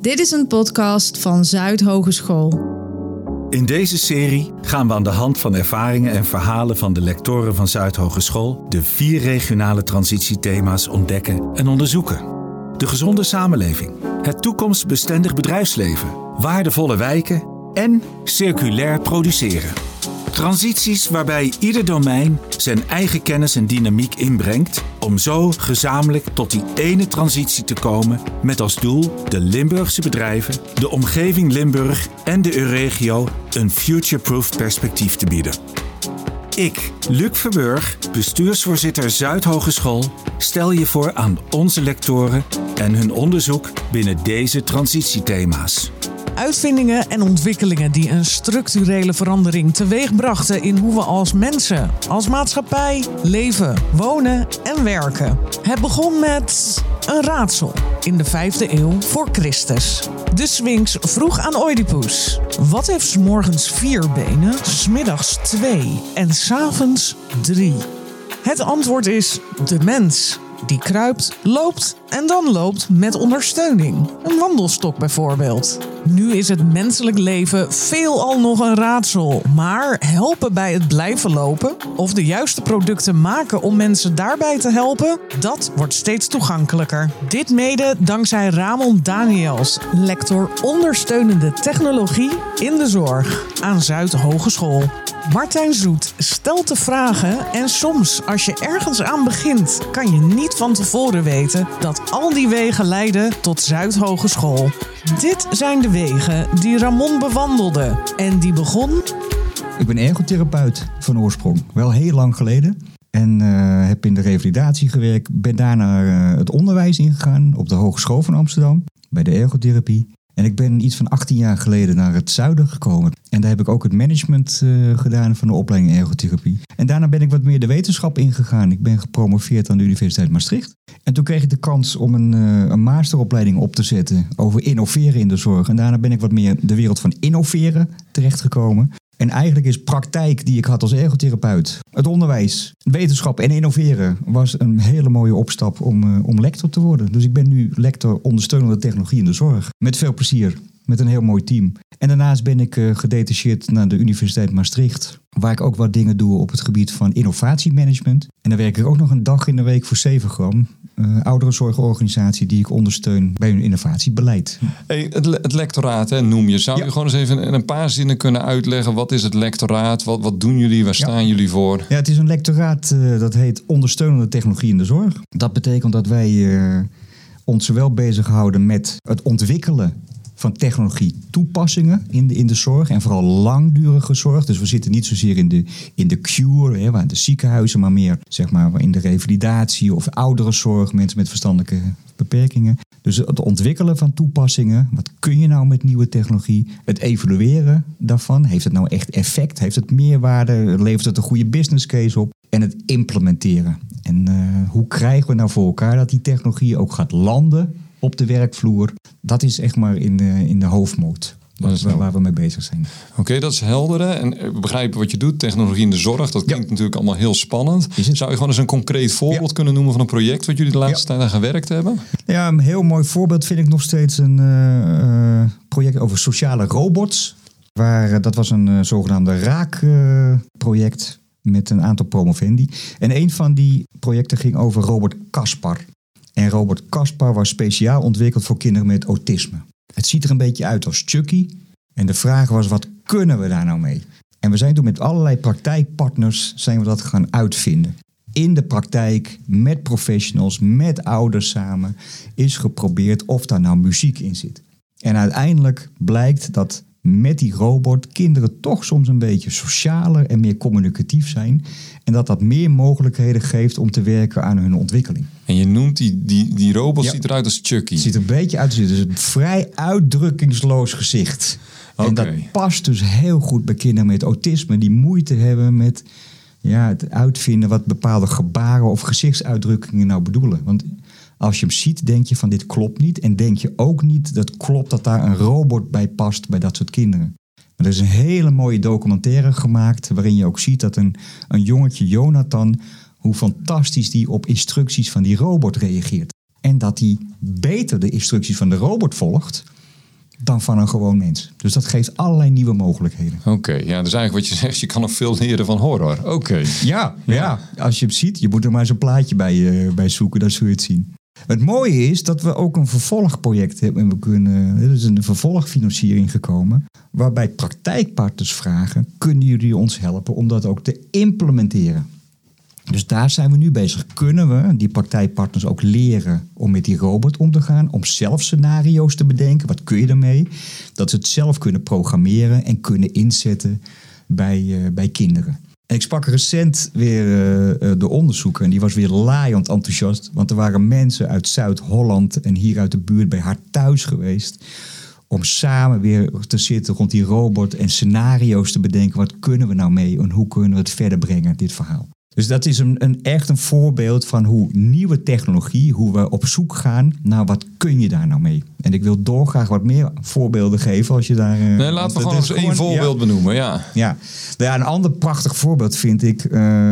Dit is een podcast van Zuidhogeschool. In deze serie gaan we aan de hand van ervaringen en verhalen van de lectoren van Zuidhogeschool de 4 regionale transitiethema's ontdekken en onderzoeken. De gezonde samenleving, het toekomstbestendig bedrijfsleven, waardevolle wijken en circulair produceren. Transities waarbij ieder domein zijn eigen kennis en dynamiek inbrengt om zo gezamenlijk tot die ene transitie te komen met als doel de Limburgse bedrijven, de omgeving Limburg en de Euregio een future-proof perspectief te bieden. Ik, Luc Verburg, bestuursvoorzitter Zuidhogeschool, stel je voor aan onze lectoren en hun onderzoek binnen deze transitiethema's. Uitvindingen en ontwikkelingen die een structurele verandering teweegbrachten in hoe we als mensen, als maatschappij, leven, wonen en werken. Het begon met een raadsel in de 5e eeuw voor Christus. De Sphinx vroeg aan Oedipus: wat heeft 's morgens 4 benen, 's middags 2 en 's avonds 3? Het antwoord is de mens. Die kruipt, loopt en dan loopt met ondersteuning. Een wandelstok bijvoorbeeld. Nu is het menselijk leven veelal nog een raadsel. Maar helpen bij het blijven lopen of de juiste producten maken om mensen daarbij te helpen, dat wordt steeds toegankelijker. Dit mede dankzij Ramon Daniels, lector ondersteunende technologie in de zorg aan Zuidhogeschool. Martijn Zoet stelt de vragen en soms als je ergens aan begint, kan je niet van tevoren weten dat al die wegen leiden tot Zuidhogeschool. Dit zijn de wegen die Ramon bewandelde en die begon... Ik ben ergotherapeut van oorsprong, wel heel lang geleden. En heb in de revalidatie gewerkt, ben daarna het onderwijs ingegaan op de Hogeschool van Amsterdam, bij de ergotherapie. En ik ben iets van 18 jaar geleden naar het zuiden gekomen. En daar heb ik ook het management gedaan van de opleiding ergotherapie. En daarna ben ik wat meer de wetenschap ingegaan. Ik ben gepromoveerd aan de Universiteit Maastricht. En toen kreeg ik de kans om een masteropleiding op te zetten over innoveren in de zorg. En daarna ben ik wat meer de wereld van innoveren terechtgekomen. En eigenlijk is praktijk die ik had als ergotherapeut, het onderwijs, wetenschap en innoveren, was een hele mooie opstap om lector te worden. Dus ik ben nu lector ondersteunende technologie in de zorg. Met veel plezier, met een heel mooi team. En daarnaast ben ik gedetacheerd naar de Universiteit Maastricht, waar ik ook wat dingen doe op het gebied van innovatiemanagement. En dan werk ik ook nog een dag in de week voor Sevegram, ouderenzorgorganisatie die ik ondersteun bij hun innovatiebeleid. Hey, het lectoraat noem je. Zou je gewoon eens even in een paar zinnen kunnen uitleggen, wat is het lectoraat? Wat doen jullie? Waar staan jullie voor? Ja, het is een lectoraat dat heet ondersteunende technologie in de zorg. Dat betekent dat wij ons zowel bezighouden met het ontwikkelen van technologie toepassingen in de zorg en vooral langdurige zorg. Dus we zitten niet zozeer in de cure, waar de ziekenhuizen, maar meer zeg maar in de revalidatie of ouderenzorg, mensen met verstandelijke beperkingen. Dus het ontwikkelen van toepassingen. Wat kun je nou met nieuwe technologie? Het evalueren daarvan. Heeft het nou echt effect? Heeft het meerwaarde? Levert het een goede business case op? En het implementeren. En hoe krijgen we nou voor elkaar dat die technologie ook gaat landen op de werkvloer? Dat is echt maar in de hoofdmoot waar we mee bezig zijn. Oké, dat is helder. En we begrijpen wat je doet. Technologie in de zorg, dat klinkt natuurlijk allemaal heel spannend. Zou je gewoon eens een concreet voorbeeld kunnen noemen van een project wat jullie de laatste tijd aan gewerkt hebben? Ja, een heel mooi voorbeeld vind ik nog steeds een project over sociale robots. Dat was een zogenaamde raakproject met een aantal promovendi. En een van die projecten ging over robot Caspar. En robot Caspar was speciaal ontwikkeld voor kinderen met autisme. Het ziet er een beetje uit als Chucky. En de vraag was, wat kunnen we daar nou mee? En we zijn toen met allerlei praktijkpartners dat gaan uitvinden. In de praktijk, met professionals, met ouders samen, is geprobeerd of daar nou muziek in zit. En uiteindelijk blijkt dat met die robot kinderen toch soms een beetje socialer en meer communicatief zijn. En dat meer mogelijkheden geeft om te werken aan hun ontwikkeling. En je noemt die robot ziet eruit als Chucky. Het ziet er een beetje uit. Het is een vrij uitdrukkingsloos gezicht. Okay. En dat past dus heel goed bij kinderen met autisme die moeite hebben met het uitvinden wat bepaalde gebaren of gezichtsuitdrukkingen nou bedoelen. Want als je hem ziet, denk je van dit klopt niet. En denk je ook niet dat klopt dat daar een robot bij past bij dat soort kinderen. Maar er is een hele mooie documentaire gemaakt waarin je ook ziet dat een jongetje, Jonathan, hoe fantastisch die op instructies van die robot reageert. En dat hij beter de instructies van de robot volgt dan van een gewoon mens. Dus dat geeft allerlei nieuwe mogelijkheden. Oké, ja, dus eigenlijk wat je zegt, je kan nog veel leren van horror. Oké. Ja, als je het ziet, je moet er maar eens een plaatje bij zoeken, dan zul je het zien. Het mooie is dat we ook een vervolgproject hebben. Er is een vervolgfinanciering gekomen, waarbij praktijkpartners vragen, kunnen jullie ons helpen om dat ook te implementeren? Dus daar zijn we nu bezig. Kunnen we die praktijkpartners ook leren om met die robot om te gaan? Om zelf scenario's te bedenken. Wat kun je ermee? Dat ze het zelf kunnen programmeren en kunnen inzetten bij kinderen. En ik sprak recent weer de onderzoeker en die was weer laaiend enthousiast. Want er waren mensen uit Zuid-Holland en hier uit de buurt bij haar thuis geweest. Om samen weer te zitten rond die robot en scenario's te bedenken. Wat kunnen we nou mee en hoe kunnen we het verder brengen, dit verhaal? Dus dat is echt een voorbeeld van hoe nieuwe technologie, hoe we op zoek gaan naar wat kun je daar nou mee. En ik wil dolgraag wat meer voorbeelden geven als je daar... Nee, laten we gewoon eens één voorbeeld benoemen, ja. Ja, een ander prachtig voorbeeld vind ik...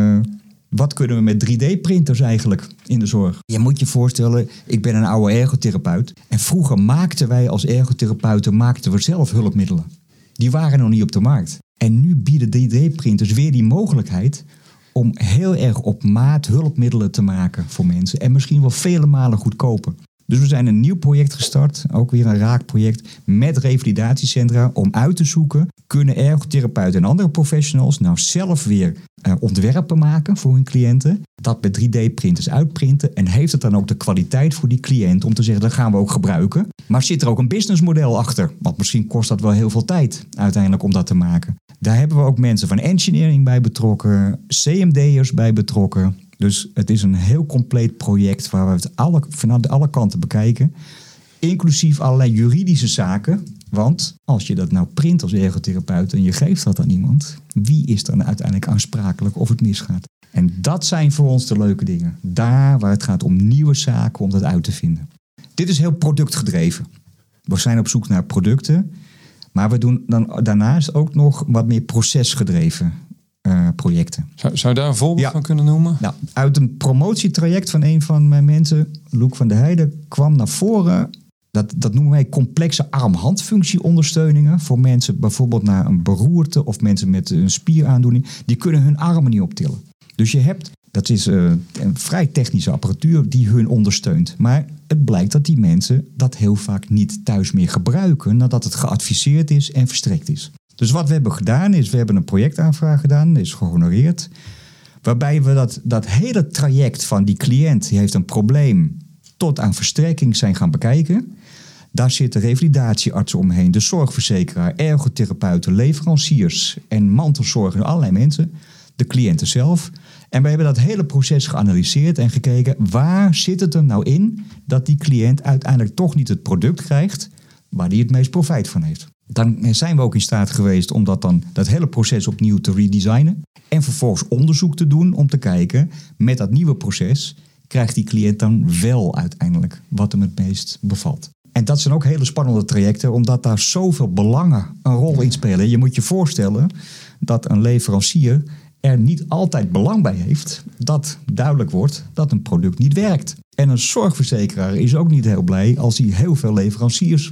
wat kunnen we met 3D-printers eigenlijk in de zorg? Je moet je voorstellen, ik ben een oude ergotherapeut. En vroeger maakten wij als ergotherapeuten zelf hulpmiddelen. Die waren nog niet op de markt. En nu bieden 3D-printers weer die mogelijkheid om heel erg op maat hulpmiddelen te maken voor mensen. En misschien wel vele malen goedkoper. Dus we zijn een nieuw project gestart, ook weer een raakproject, met revalidatiecentra om uit te zoeken, kunnen ergotherapeuten en andere professionals nou zelf weer ontwerpen maken voor hun cliënten, dat met 3D-printers uitprinten en heeft het dan ook de kwaliteit voor die cliënt om te zeggen, dat gaan we ook gebruiken. Maar zit er ook een businessmodel achter? Want misschien kost dat wel heel veel tijd uiteindelijk om dat te maken. Daar hebben we ook mensen van engineering bij betrokken, CMD'ers bij betrokken. Dus het is een heel compleet project waar we het vanuit alle kanten bekijken. Inclusief allerlei juridische zaken. Want als je dat nou print als ergotherapeut en je geeft dat aan iemand, wie is dan uiteindelijk aansprakelijk of het misgaat? En dat zijn voor ons de leuke dingen. Daar waar het gaat om nieuwe zaken, om dat uit te vinden. Dit is heel productgedreven. We zijn op zoek naar producten. Maar we doen dan daarnaast ook nog wat meer procesgedreven projecten. Zou je daar een voorbeeld van kunnen noemen? Nou, uit een promotietraject van een van mijn mensen, Loek van der Heijden, kwam naar voren. Dat noemen wij complexe arm-handfunctieondersteuningen voor mensen bijvoorbeeld na een beroerte of mensen met een spieraandoening. Die kunnen hun armen niet optillen. Dus je hebt, dat is een vrij technische apparatuur die hun ondersteunt. Maar het blijkt dat die mensen dat heel vaak niet thuis meer gebruiken nadat het geadviseerd is en verstrekt is. Dus wat we hebben gedaan is, we hebben een projectaanvraag gedaan, dat is gehonoreerd. Waarbij we dat hele traject van die cliënt, die heeft een probleem, tot aan verstrekking zijn gaan bekijken. Daar zitten revalidatieartsen omheen, de zorgverzekeraar, ergotherapeuten, leveranciers en mantelzorgers, allerlei mensen. De cliënten zelf. En we hebben dat hele proces geanalyseerd en gekeken, waar zit het er nou in dat die cliënt uiteindelijk toch niet het product krijgt waar die het meest profijt van heeft. Dan zijn we ook in staat geweest om dat hele proces opnieuw te redesignen. En vervolgens onderzoek te doen om te kijken, met dat nieuwe proces krijgt die cliënt dan wel uiteindelijk wat hem het meest bevalt. En dat zijn ook hele spannende trajecten, omdat daar zoveel belangen een rol in spelen. Je moet je voorstellen dat een leverancier er niet altijd belang bij heeft dat duidelijk wordt dat een product niet werkt. En een zorgverzekeraar is ook niet heel blij als hij heel veel leveranciers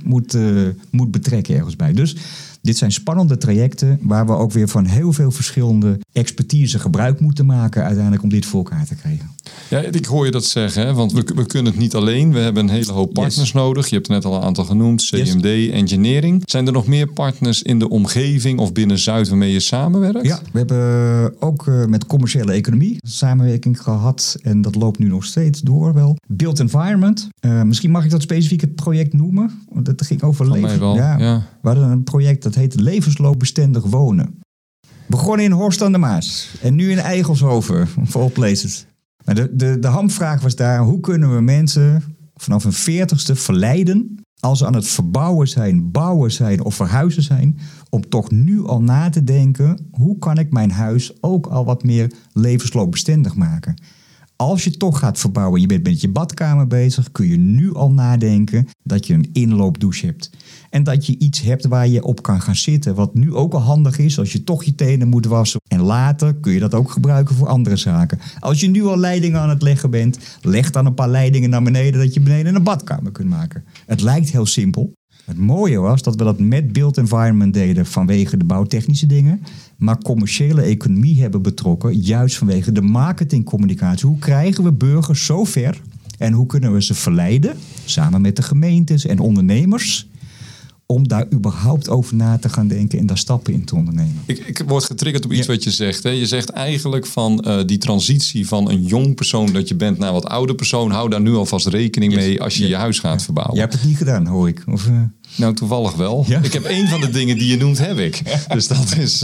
moet betrekken ergens bij. Dus dit zijn spannende trajecten waar we ook weer van heel veel verschillende expertise gebruik moeten maken uiteindelijk om dit voor elkaar te krijgen. Ja, ik hoor je dat zeggen, hè? Want we kunnen het niet alleen. We hebben een hele hoop partners nodig. Je hebt er net al een aantal genoemd. CMD, engineering. Zijn er nog meer partners in de omgeving of binnen Zuid waarmee je samenwerkt? Ja, we hebben ook met commerciële economie samenwerking gehad. En dat loopt nu nog steeds door wel. Built Environment. Misschien mag ik dat specifiek het project noemen. Want het ging over leven. Ja. We hadden een project dat heette levensloopbestendig wonen. Begonnen in Horst aan de Maas. En nu in Eigelshoven, for all places. Maar de hamvraag was daar, hoe kunnen we mensen vanaf een 40ste verleiden, als ze aan het verbouwen zijn, bouwen zijn of verhuizen zijn, om toch nu al na te denken, hoe kan ik mijn huis ook al wat meer levensloopbestendig maken? Als je toch gaat verbouwen, je bent met je badkamer bezig, kun je nu al nadenken dat je een inloopdouche hebt. En dat je iets hebt waar je op kan gaan zitten. Wat nu ook al handig is als je toch je tenen moet wassen. En later kun je dat ook gebruiken voor andere zaken. Als je nu al leidingen aan het leggen bent, leg dan een paar leidingen naar beneden dat je beneden een badkamer kunt maken. Het lijkt heel simpel. Het mooie was dat we dat met built environment deden vanwege de bouwtechnische dingen. Maar commerciële economie hebben betrokken juist vanwege de marketingcommunicatie. Hoe krijgen we burgers zo ver en hoe kunnen we ze verleiden, samen met de gemeentes en ondernemers, om daar überhaupt over na te gaan denken en daar stappen in te ondernemen. Ik word getriggerd op iets wat je zegt. Hè? Je zegt eigenlijk van die transitie van een jong persoon dat je bent naar wat ouder persoon. Hou daar nu alvast rekening mee als je je huis gaat verbouwen. Jij hebt het niet gedaan, hoor ik. Of, Nou, toevallig wel. Ja? Ik heb één van de dingen die je noemt, heb ik. Ja. Dus dat is...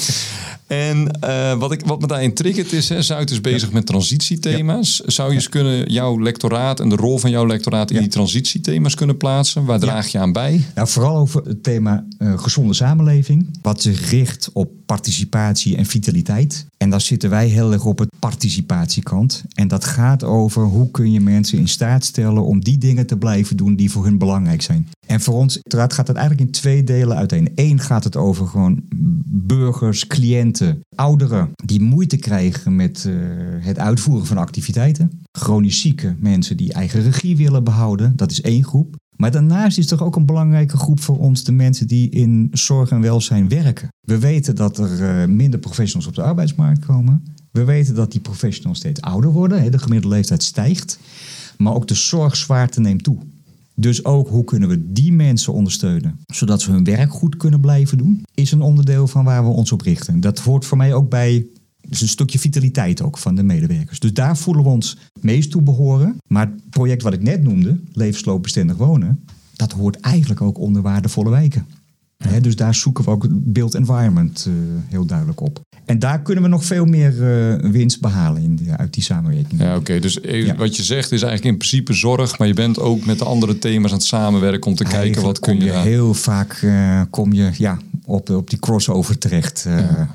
wat me daarin triggert is, Zuid is bezig met transitiethema's. Ja. Zou je eens kunnen jouw lectoraat en de rol van jouw lectoraat in die transitiethema's kunnen plaatsen? Waar draag je aan bij? Nou, vooral over het thema gezonde samenleving. Wat zich richt op participatie en vitaliteit. En daar zitten wij heel erg op het participatiekant. En dat gaat over hoe kun je mensen in staat stellen om die dingen te blijven doen die voor hun belangrijk zijn. En voor ons gaat het eigenlijk in 2 delen uiteen. 1 gaat het over gewoon burgers, cliënten, ouderen die moeite krijgen met het uitvoeren van activiteiten. Chronisch zieke mensen die eigen regie willen behouden. Dat is 1 groep. Maar daarnaast is er ook een belangrijke groep voor ons de mensen die in zorg en welzijn werken. We weten dat er minder professionals op de arbeidsmarkt komen. We weten dat die professionals steeds ouder worden. De gemiddelde leeftijd stijgt. Maar ook de zorgzwaarte neemt toe. Dus ook hoe kunnen we die mensen ondersteunen, zodat ze hun werk goed kunnen blijven doen, is een onderdeel van waar we ons op richten. Dat hoort voor mij ook bij, dus een stukje vitaliteit ook van de medewerkers. Dus daar voelen we ons meest toe behoren. Maar het project wat ik net noemde, levensloopbestendig wonen, dat hoort eigenlijk ook onder waardevolle wijken. Ja. Dus daar zoeken we ook built environment heel duidelijk op. En daar kunnen we nog veel meer winst behalen uit die samenwerking. Ja, oké. Dus wat je zegt is eigenlijk in principe zorg, maar je bent ook met de andere thema's aan het samenwerken om te kijken wat kun je... Heel vaak kom je op die crossover terecht.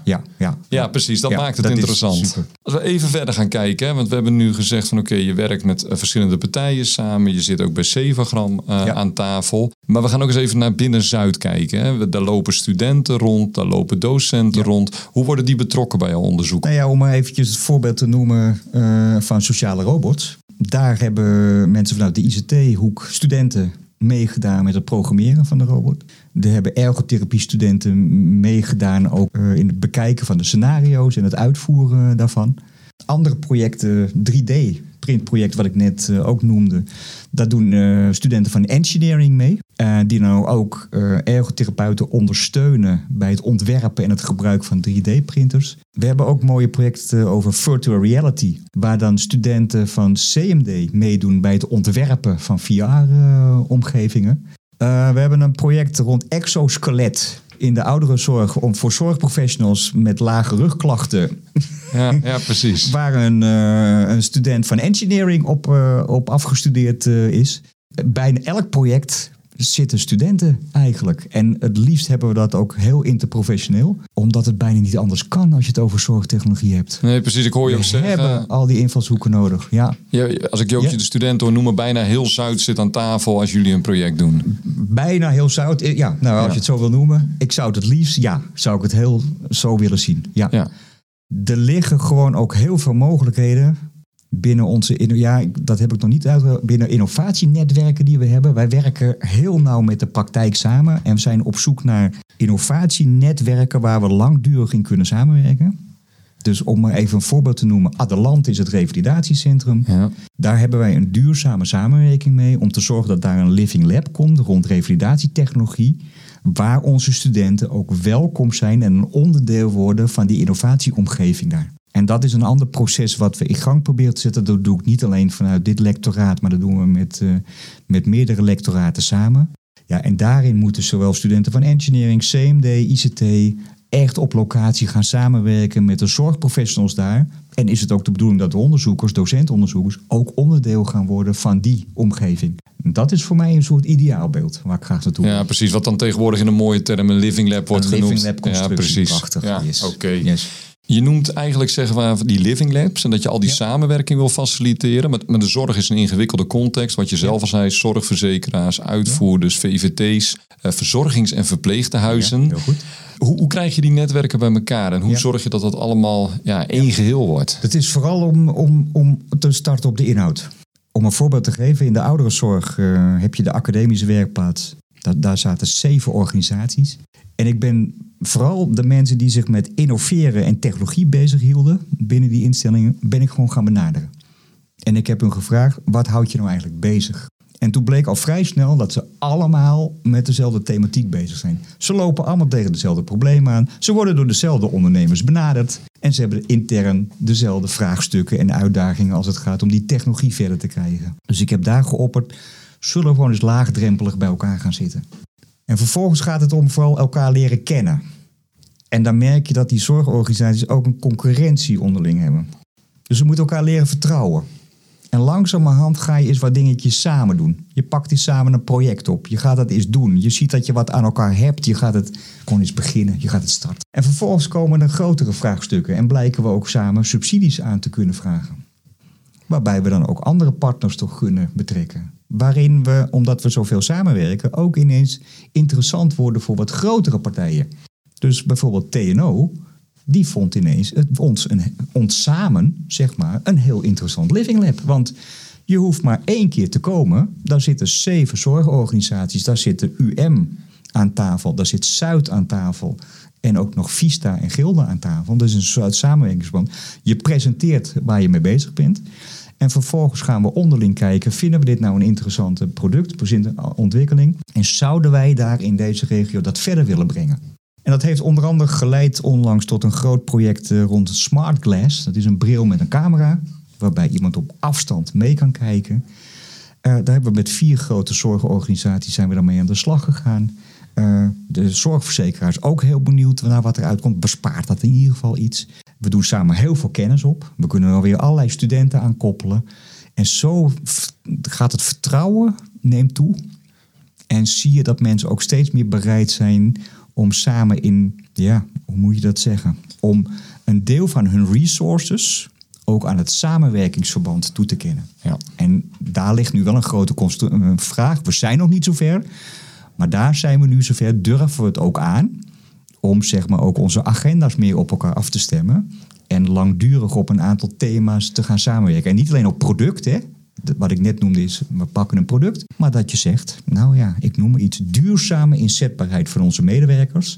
Ja, precies. Dat maakt het interessant. Als we even verder gaan kijken, hè, want we hebben nu gezegd van oké, je werkt met verschillende partijen samen. Je zit ook bij Sevagram aan tafel. Maar we gaan ook eens even naar binnen Zuid kijken. Hè. Daar lopen studenten rond, daar lopen docenten rond. Hoe worden die betrokken bij jouw onderzoek? Nou ja, om maar eventjes het voorbeeld te noemen van sociale robots. Daar hebben mensen vanuit de ICT-hoek studenten meegedaan met het programmeren van de robot. Er hebben ergotherapie-studenten meegedaan ook in het bekijken van de scenario's en het uitvoeren daarvan. Andere projecten, 3D-printproject wat ik net ook noemde, daar doen studenten van engineering mee. Die nou ook ergotherapeuten ondersteunen bij het ontwerpen en het gebruik van 3D-printers. We hebben ook mooie projecten over virtual reality, waar dan studenten van CMD meedoen bij het ontwerpen van VR-omgevingen. We hebben een project rond exoskelet in de ouderenzorg voor zorgprofessionals met lage rugklachten. Ja, precies. Waar een student van engineering op afgestudeerd is. Bijna elk project zitten studenten eigenlijk. En het liefst hebben we dat ook heel interprofessioneel. Omdat het bijna niet anders kan als je het over zorgtechnologie hebt. Nee, precies. Ik hoor je ook zeggen. We hebben al die invalshoeken nodig, ja. Als ik Joopje de student hoor noemen, bijna heel Zuid zit aan tafel als jullie een project doen. Bijna heel Zuid, als je het zo wil noemen. Ik zou het liefst, zou ik het heel zo willen zien. Ja. Er liggen gewoon ook heel veel mogelijkheden binnen onze, dat heb ik nog niet uit, binnen innovatienetwerken die we hebben. Wij werken heel nauw met de praktijk samen en we zijn op zoek naar innovatienetwerken waar we langdurig in kunnen samenwerken. Dus om maar even een voorbeeld te noemen, Adelant is het revalidatiecentrum. Ja. Daar hebben wij een duurzame samenwerking mee om te zorgen dat daar een living lab komt rond revalidatietechnologie, waar onze studenten ook welkom zijn en een onderdeel worden van die innovatieomgeving daar. En dat is een ander proces wat we in gang proberen te zetten. Dat doe ik niet alleen vanuit dit lectoraat, maar dat doen we met meerdere lectoraten samen. Ja, en daarin moeten zowel studenten van engineering, CMD, ICT echt op locatie gaan samenwerken met de zorgprofessionals daar. En is het ook de bedoeling dat de onderzoekers, docentonderzoekers, ook onderdeel gaan worden van die omgeving. En dat is voor mij een soort ideaalbeeld waar ik graag naartoe wil. Ja, precies. Wat dan tegenwoordig in een mooie term een living lab wordt genoemd. Living lab constructie, ja, precies. Prachtig. Ja, yes. Oké. Yes. Je noemt eigenlijk, zeggen we, die living labs en dat je al die samenwerking wil faciliteren. Maar de zorg is een ingewikkelde context. Wat je zelf al zei, zorgverzekeraars, uitvoerders, VVT's, verzorgings- en verpleegtehuizen. Ja, heel goed. Hoe krijg je die netwerken bij elkaar en hoe zorg je dat dat allemaal één geheel wordt? Het is vooral om te starten op de inhoud. Om een voorbeeld te geven, in de ouderenzorg heb je de academische werkplaats. Daar zaten 7 organisaties. En ik ben vooral de mensen die zich met innoveren en technologie bezig hielden binnen die instellingen, ben ik gewoon gaan benaderen. En ik heb hun gevraagd, wat houdt je nou eigenlijk bezig? En toen bleek al vrij snel dat ze allemaal met dezelfde thematiek bezig zijn. Ze lopen allemaal tegen dezelfde problemen aan. Ze worden door dezelfde ondernemers benaderd. En ze hebben intern dezelfde vraagstukken en uitdagingen als het gaat om die technologie verder te krijgen. Dus ik heb daar geopperd, zullen we gewoon eens laagdrempelig bij elkaar gaan zitten. En vervolgens gaat het om vooral elkaar leren kennen. En dan merk je dat die zorgorganisaties ook een concurrentie onderling hebben. Dus we moeten elkaar leren vertrouwen. En langzamerhand ga je eens wat dingetjes samen doen. Je pakt eens samen een project op. Je gaat dat eens doen. Je ziet dat je wat aan elkaar hebt. Je gaat het gewoon eens beginnen. Je gaat het starten. En vervolgens komen er grotere vraagstukken. En blijken we ook samen subsidies aan te kunnen vragen. Waarbij we dan ook andere partners toch kunnen betrekken. Waarin we, omdat we zoveel samenwerken, ook ineens interessant worden voor wat grotere partijen. Dus bijvoorbeeld TNO, die vond ineens ons samen, zeg maar, een heel interessant living lab. Want je hoeft maar 1 keer te komen. Daar zitten 7 zorgorganisaties. Daar zit de UM aan tafel. Daar zit Zuid aan tafel. En ook nog Vista en Gilde aan tafel. Dus een soort samenwerkingsverband. Je presenteert waar je mee bezig bent. En vervolgens gaan we onderling kijken, vinden we dit nou een interessante productontwikkeling? En zouden wij daar in deze regio dat verder willen brengen? En dat heeft onder andere geleid onlangs tot een groot project rond Smart Glass. Dat is een bril met een camera, waarbij iemand op afstand mee kan kijken. Daar hebben we met 4 grote zorgorganisaties zijn we daarmee aan de slag gegaan. De zorgverzekeraars ook heel benieuwd naar wat eruit komt. Bespaart dat in ieder geval iets? We doen samen heel veel kennis op. We kunnen er weer allerlei studenten aan koppelen. En zo gaat het vertrouwen, neemt toe. En zie je dat mensen ook steeds meer bereid zijn om samen in, hoe moet je dat zeggen? Om een deel van hun resources ook aan het samenwerkingsverband toe te kennen. Ja. En daar ligt nu wel een grote vraag. We zijn nog niet zover. Maar daar zijn we nu zover, durven we het ook aan om zeg maar ook onze agenda's meer op elkaar af te stemmen en langdurig op een aantal thema's te gaan samenwerken. En niet alleen op producten, wat ik net noemde is, we pakken een product, maar dat je zegt, ik noem maar iets, duurzame inzetbaarheid van onze medewerkers.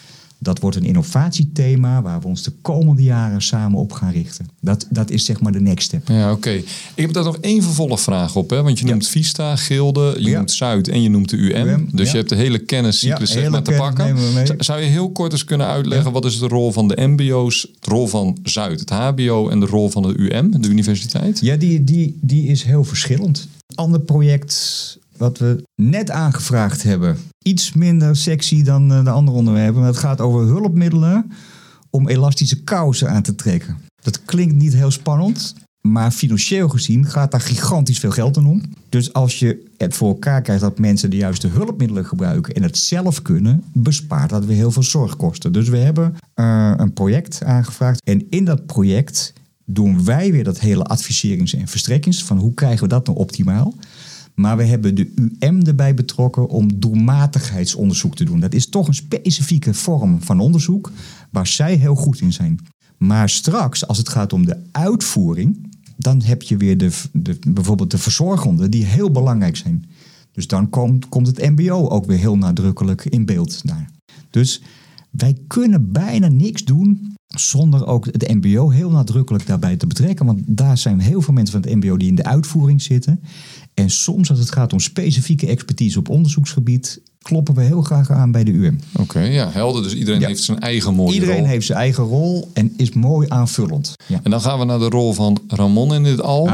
Dat wordt een innovatiethema waar we ons de komende jaren samen op gaan richten. Dat is zeg maar de next step. Ja, oké. Ik heb daar nog 1 vervolgvraag op. Hè? Want je noemt Vista, Gilde, je noemt Zuid en je noemt de UM. Dus je hebt de hele kenniscyclus te pakken. Zou je heel kort eens kunnen uitleggen wat is de rol van de MBO's, de rol van Zuid, het HBO en de rol van de UM, de universiteit? Ja, die is heel verschillend. Een ander project wat we net aangevraagd hebben, iets minder sexy dan de andere onderwerpen. Maar het gaat over hulpmiddelen om elastische kousen aan te trekken. Dat klinkt niet heel spannend, maar financieel gezien gaat daar gigantisch veel geld aan om. Dus als je het voor elkaar krijgt dat mensen de juiste hulpmiddelen gebruiken en het zelf kunnen, bespaart dat weer heel veel zorgkosten. Dus we hebben een project aangevraagd en in dat project doen wij weer dat hele adviserings- en verstrekkings van hoe krijgen we dat nou optimaal. Maar we hebben de UM erbij betrokken om doelmatigheidsonderzoek te doen. Dat is toch een specifieke vorm van onderzoek waar zij heel goed in zijn. Maar straks, als het gaat om de uitvoering, dan heb je weer bijvoorbeeld de verzorgenden die heel belangrijk zijn. Dus dan komt het MBO ook weer heel nadrukkelijk in beeld daar. Dus wij kunnen bijna niks doen zonder ook het MBO heel nadrukkelijk daarbij te betrekken. Want daar zijn heel veel mensen van het MBO die in de uitvoering zitten. En soms als het gaat om specifieke expertise op onderzoeksgebied, kloppen we heel graag aan bij de UM. Oké, helder. Dus iedereen heeft zijn eigen mooie rol. Iedereen heeft zijn eigen rol en is mooi aanvullend. Ja. En dan gaan we naar de rol van Ramon in dit al.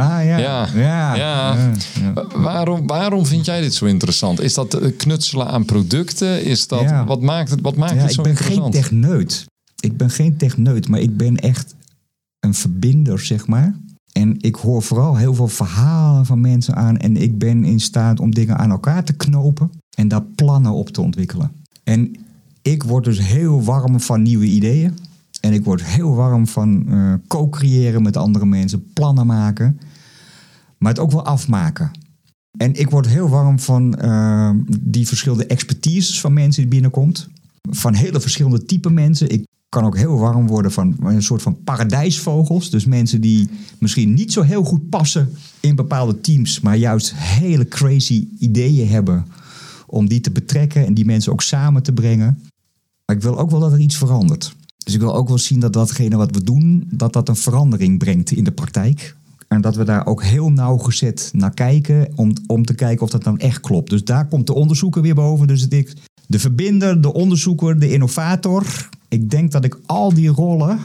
Waarom vind jij dit zo interessant? Is dat knutselen aan producten? Is dat, wat maakt het zo interessant? Ik ben geen techneut, maar ik ben echt een verbinder, zeg maar. En ik hoor vooral heel veel verhalen van mensen aan. En ik ben in staat om dingen aan elkaar te knopen en daar plannen op te ontwikkelen. En ik word dus heel warm van nieuwe ideeën. En ik word heel warm van co-creëren met andere mensen, plannen maken. Maar het ook wel afmaken. En ik word heel warm van die verschillende expertises van mensen die binnenkomt. Van hele verschillende type mensen. Ik kan ook heel warm worden van een soort van paradijsvogels. Dus mensen die misschien niet zo heel goed passen in bepaalde teams, maar juist hele crazy ideeën hebben om die te betrekken en die mensen ook samen te brengen. Maar ik wil ook wel dat er iets verandert. Dus ik wil ook wel zien dat datgene wat we doen, dat een verandering brengt in de praktijk. En dat we daar ook heel nauwgezet naar kijken om te kijken of dat nou echt klopt. Dus daar komt de onderzoeker weer boven. Dus de verbinder, de onderzoeker, de innovator. Ik denk dat ik al die rollen,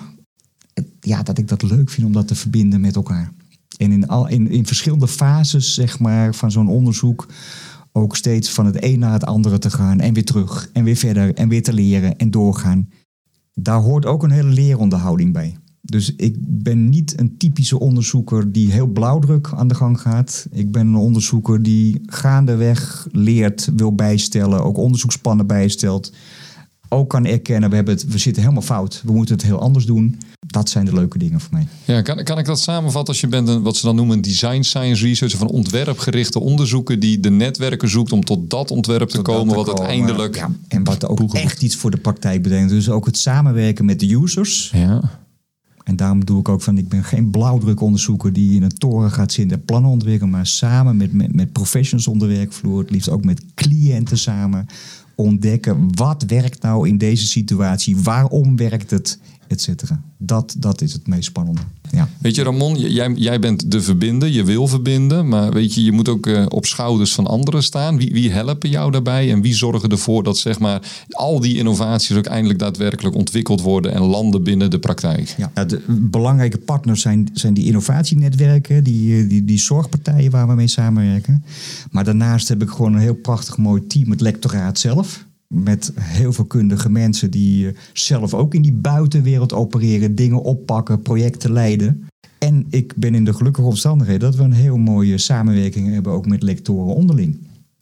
dat ik dat leuk vind om dat te verbinden met elkaar. En in verschillende fases, zeg maar, van zo'n onderzoek ook steeds van het een naar het andere te gaan. En weer terug en weer verder en weer te leren en doorgaan. Daar hoort ook een hele leeronderhouding bij. Dus ik ben niet een typische onderzoeker die heel blauwdruk aan de gang gaat. Ik ben een onderzoeker die gaandeweg leert, wil bijstellen, ook onderzoeksplannen bijstelt. Ook kan erkennen, we zitten helemaal fout. We moeten het heel anders doen. Dat zijn de leuke dingen voor mij. Ja, kan ik dat samenvatten als je bent wat ze dan noemen een design science researcher, van ontwerpgerichte onderzoeken die de netwerken zoekt om tot dat ontwerp te komen wat uiteindelijk... Ja, en wat ook echt iets voor de praktijk betekent. Dus ook het samenwerken met de users. Ja. En daarom doe ik ook ik ben geen blauwdrukonderzoeker die in een toren gaat zitten en plannen ontwikkelen, maar samen met professionals op de werkvloer, het liefst ook met cliënten samen, ontdekken wat werkt nou in deze situatie, waarom werkt het, et cetera. Dat is het meest spannende. Ja. Weet je, Ramon, jij bent de verbinder, je wil verbinden, maar weet je moet ook op schouders van anderen staan. Wie helpen jou daarbij en wie zorgen ervoor dat zeg maar al die innovaties ook eindelijk daadwerkelijk ontwikkeld worden en landen binnen de praktijk? Ja, de belangrijke partners zijn die innovatienetwerken, die zorgpartijen waar we mee samenwerken. Maar daarnaast heb ik gewoon een heel prachtig mooi team, het lectoraat zelf. Met heel veel kundige mensen die zelf ook in die buitenwereld opereren, dingen oppakken, projecten leiden. En ik ben in de gelukkige omstandigheden dat we een heel mooie samenwerking hebben ook met lectoren onderling.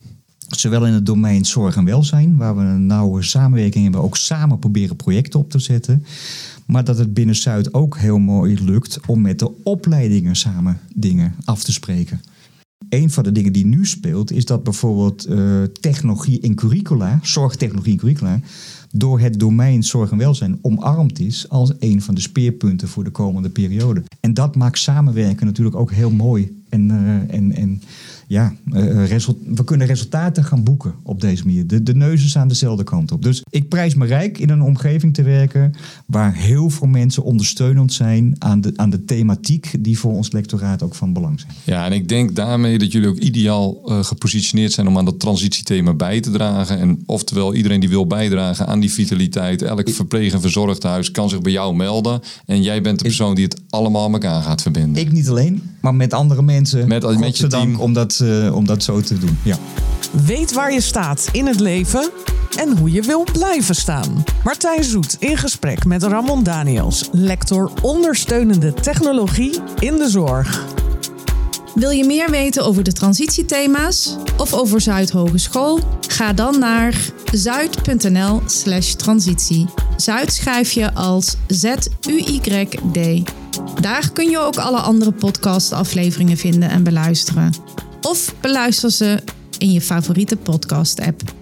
Zowel in het domein zorg en welzijn, waar we een nauwe samenwerking hebben, ook samen proberen projecten op te zetten. Maar dat het binnen Zuid ook heel mooi lukt om met de opleidingen samen dingen af te spreken. Een van de dingen die nu speelt is dat bijvoorbeeld technologie in curricula, zorgtechnologie in curricula, door het domein zorg en welzijn omarmd is als een van de speerpunten voor de komende periode. En dat maakt samenwerken natuurlijk ook heel mooi. We kunnen resultaten gaan boeken op deze manier. De neuzen staan dezelfde kant op. Dus ik prijs me rijk in een omgeving te werken waar heel veel mensen ondersteunend zijn aan de thematiek die voor ons lectoraat ook van belang zijn. Ja, en ik denk daarmee dat jullie ook ideaal gepositioneerd zijn om aan dat transitiethema bij te dragen. En oftewel iedereen die wil bijdragen aan die vitaliteit, elk verpleeg- en verzorghuis kan zich bij jou melden. En jij bent de persoon die het allemaal aan elkaar gaat verbinden. Ik niet alleen, maar met andere mensen. Met je team. Om dat zo te doen. Ja. Weet waar je staat in het leven en hoe je wil blijven staan. Martijn Zoet in gesprek met Ramon Daniels, lector ondersteunende technologie in de zorg. Wil je meer weten over de transitiethema's of over Zuid Hogeschool? Ga dan naar zuid.nl/transitie. Zuid schrijf je als ZUYD. Daar kun je ook alle andere podcastafleveringen vinden en beluisteren. Of beluister ze in je favoriete podcast-app.